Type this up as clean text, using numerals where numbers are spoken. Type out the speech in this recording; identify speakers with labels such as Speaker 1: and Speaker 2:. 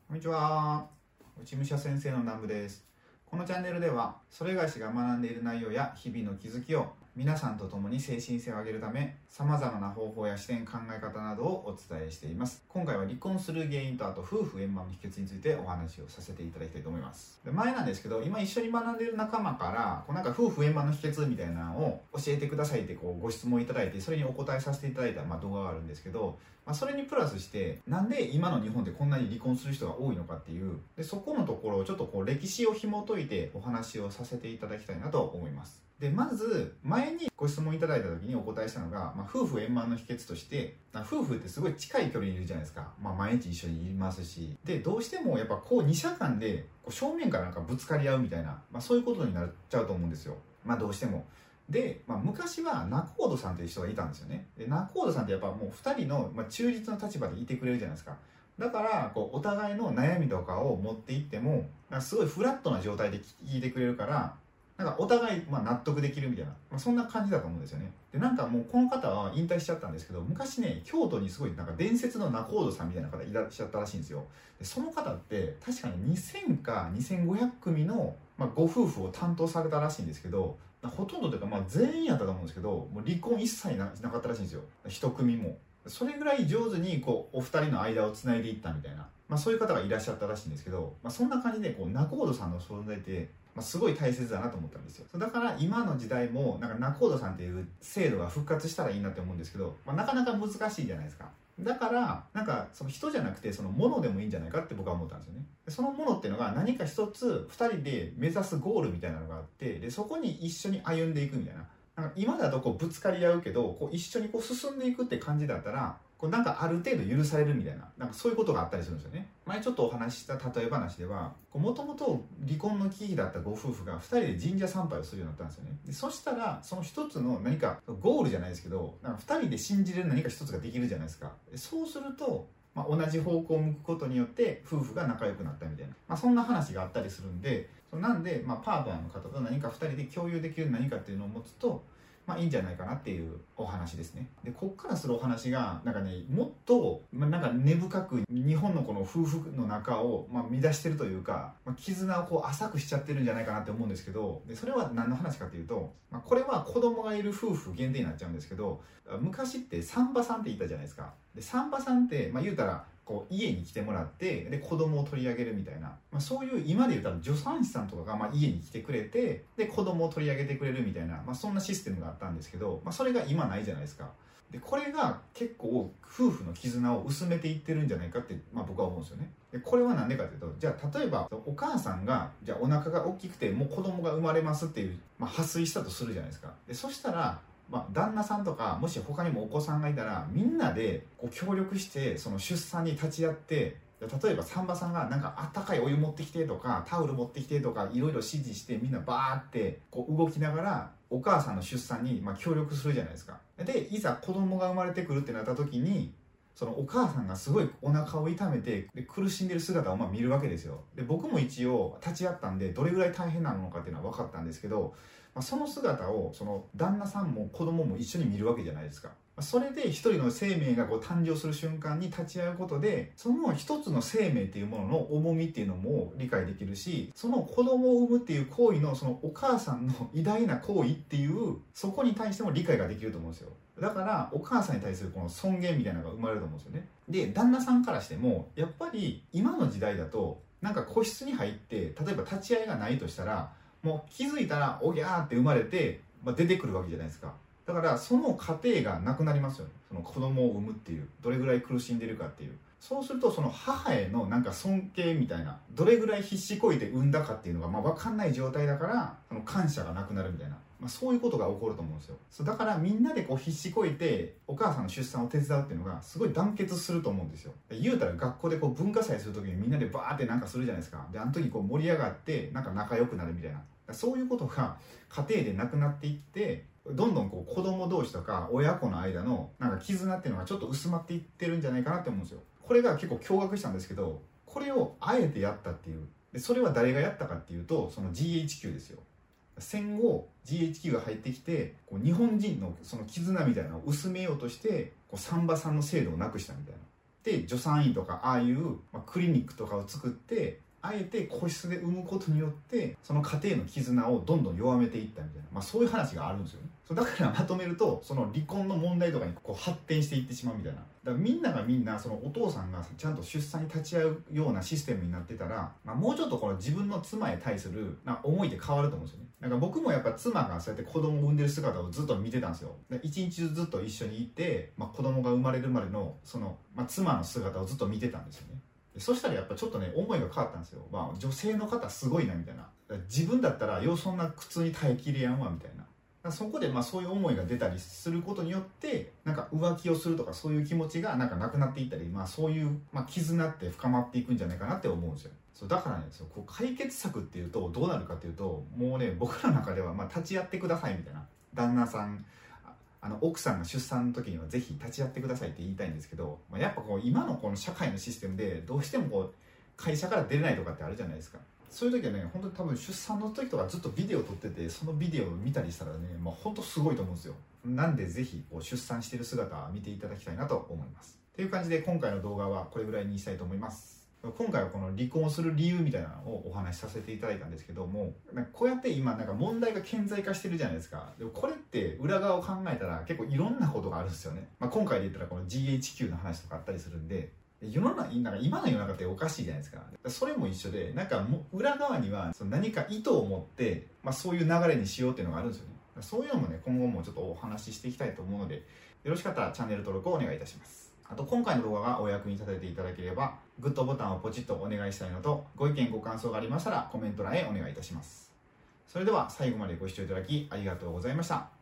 Speaker 1: こんにちは。内武者先生の南部です。このチャンネルでは、それがしが学んでいる内容や日々の気づきを皆さんと共に精神性を上げるため、様々な方法や視点、考え方などをお伝えしています。今回は離婚する原因とあと夫婦円満の秘訣についてお話をさせていただきたいと思います。で、前なんですけど、今一緒に学んでいる仲間から、なんか夫婦円満の秘訣みたいなのを教えてくださいってご質問いただいて、それにお答えさせていただいた動画があるんですけど、それにプラスして、なんで今の日本でこんなに離婚する人が多いのかっていう、でそこのところをちょっと歴史を紐解いてお話をさせていただきたいなと思います。で、まず、前にご質問いただいた時にお答えしたのが、夫婦円満の秘訣として、夫婦ってすごい近い距離にいるじゃないですか。毎日一緒にいますし。で、どうしてもやっぱ二者間で正面からぶつかり合うみたいな、そういうことになっちゃうと思うんですよ。どうしても。で、昔は仲人さんという人がいたんですよね。で、仲人さんってやっぱもう2人の、忠実の立場でいてくれるじゃないですか。だからお互いの悩みとかを持っていってもすごいフラットな状態で聞いてくれるから、お互い納得できるみたいな、そんな感じだと思うんですよね。で、もうこの方は引退しちゃったんですけど、昔ね、京都にすごい伝説の仲人さんみたいな方いらっしゃったらしいんですよ。で、その方って確かに2000か2500組の、ご夫婦を担当されたらしいんですけど、ほとんどというか全員やったと思うんですけど、もう離婚一切なかったらしいんですよ。一組も。それぐらい上手にお二人の間をつないでいったみたいな、そういう方がいらっしゃったらしいんですけど、そんな感じで仲人さんの存在ってすごい大切だなと思ったんですよ。だから今の時代も仲人さんっていう制度が復活したらいいなって思うんですけど、なかなか難しいじゃないですか。だからその人じゃなくてそのものでもいいんじゃないかって僕は思ったんですよね。そのものっていうのが何か一つ2人で目指すゴールみたいなのがあって、でそこに一緒に歩んでいくみたいな。今だとぶつかり合うけど一緒に進んでいくって感じだったらある程度許されるみたいな、そういうことがあったりするんですよね。前ちょっとお話しした例え話では、もともと離婚の危機だったご夫婦が2人で神社参拝をするようになったんですよね。でそしたらその一つの何かゴールじゃないですけど、2人で信じれる何か一つができるじゃないですか。そうすると同じ方向を向くことによって夫婦が仲良くなったみたいな、そんな話があったりするんで、なんで、パートナーの方と何か2人で共有できる何かっていうのを持つといいんじゃないかなっていうお話ですね。で、こっからするお話がもっと根深く日本のこの夫婦の中を乱してるというか、絆を浅くしちゃってるんじゃないかなって思うんですけど、でそれは何の話かというと、これは子供がいる夫婦限定になっちゃうんですけど、昔って産婆さんって言ったじゃないですか。で、産婆さんって言うたら家に来てもらってで子供を取り上げるみたいな、そういう今で言ったら助産師さんとかが家に来てくれてで子供を取り上げてくれるみたいな、そんなシステムがあったんですけど、それが今ないじゃないですか。でこれが結構夫婦の絆を薄めていってるんじゃないかって、僕は思うんですよね。でこれは何でかというと、じゃあ例えばお母さんがじゃあお腹が大きくてもう子供が生まれますっていう、破水したとするじゃないですか。でそしたら旦那さんとかもし他にもお子さんがいたらみんなで協力してその出産に立ち会って、例えば産婆さんがあったかいお湯持ってきてとかタオル持ってきてとかいろいろ指示してみんなバーって動きながらお母さんの出産に協力するじゃないですか。でいざ子供が生まれてくるってなった時にそのお母さんがすごいお腹を痛めてで苦しんでる姿を見るわけですよ。で僕も一応立ち会ったんでどれぐらい大変なのかっていうのは分かったんですけど、その姿をその旦那さんも子供も一緒に見るわけじゃないですか。それで一人の生命が誕生する瞬間に立ち会うことでその一つの生命っていうものの重みっていうのも理解できるし、その子供を産むっていう行為のそのお母さんの偉大な行為っていうそこに対しても理解ができると思うんですよ。だからお母さんに対するこの尊厳みたいなのが生まれると思うんですよね。で旦那さんからしてもやっぱり今の時代だと個室に入って例えば立ち会いがないとしたらもう気づいたらおぎゃーって生まれて、出てくるわけじゃないですか。だからその過程がなくなりますよね。その子供を産むっていうどれぐらい苦しんでるかっていう、そうするとその母への尊敬みたいな、どれぐらい必死こいて産んだかっていうのが分かんない状態だからその感謝がなくなるみたいな、そういうことが起こると思うんですよ。だからみんなで必死こいてお母さんの出産を手伝うっていうのがすごい団結すると思うんですよ。言うたら学校で文化祭する時にみんなでバーってするじゃないですか。であの時盛り上がって仲良くなるみたいな、そういうことが家庭でなくなっていってどんどん子供同士とか親子の間の絆っていうのがちょっと薄まっていってるんじゃないかなって思うんですよ。これが結構驚愕したんですけど、これをあえてやったっていう。でそれは誰がやったかっていうとその GHQ ですよ。戦後 GHQ が入ってきて日本人のその絆みたいなのを薄めようとして産婆さんの制度をなくしたみたいな。 で助産院とかああいう、クリニックとかを作ってあえて個室で産むことによってその家庭の絆をどんどん弱めていったみたいな、そういう話があるんですよね。だからまとめるとその離婚の問題とかにこう発展していってしまうみたいな。だからみんながみんなそのお父さんがちゃんと出産に立ち会うようなシステムになってたら、もうちょっとこの自分の妻へ対する思いって変わると思うんですよね。なんか僕もやっぱ妻がそうやって子供を産んでる姿をずっと見てたんですよ。一日ずっと一緒にいて、子供が生まれるまでのその、妻の姿をずっと見てたんですよね。そしたらやっぱちょっとね思いが変わったんですよ。女性の方すごいなみたいな。自分だったらようそんな苦痛に耐えきれやんわみたいな。そこでそういう思いが出たりすることによってなんか浮気をするとかそういう気持ちがなんかなくなっていったり、そういう、絆って深まっていくんじゃないかなって思うんですよ。だからねこう解決策っていうとどうなるかっていうと、もうね僕らの中では立ち会ってくださいみたいな。旦那さん奥さんが出産の時にはぜひ立ち会ってくださいって言いたいんですけど、やっぱこう今のこの社会のシステムでどうしてもこう会社から出れないとかってあるじゃないですか。そういう時はね本当に多分出産の時とかずっとビデオ撮っててそのビデオを見たりしたらね、本当すごいと思うんですよ。なんでぜひこう出産してる姿を見ていただきたいなと思います。という感じで今回の動画はこれぐらいにしたいと思います。今回はこの離婚する理由みたいなのをお話しさせていただいたんですけども、こうやって今なんか問題が顕在化してるじゃないですか。でもこれって裏側を考えたら結構いろんなことがあるんですよね。今回で言ったらこの GHQ の話とかあったりするんで、なんか今の世の中っておかしいじゃないですか。それも一緒で、なんか裏側にはその何か意図を持って、そういう流れにしようっていうのがあるんですよね。そういうのもね今後もちょっとお話ししていきたいと思うので、よろしかったらチャンネル登録をお願いいたします。あと今回の動画がお役に立てていただければグッドボタンをポチッとお願いしたいのと、ご意見ご感想がありましたらコメント欄へお願いいたします。それでは最後までご視聴いただきありがとうございました。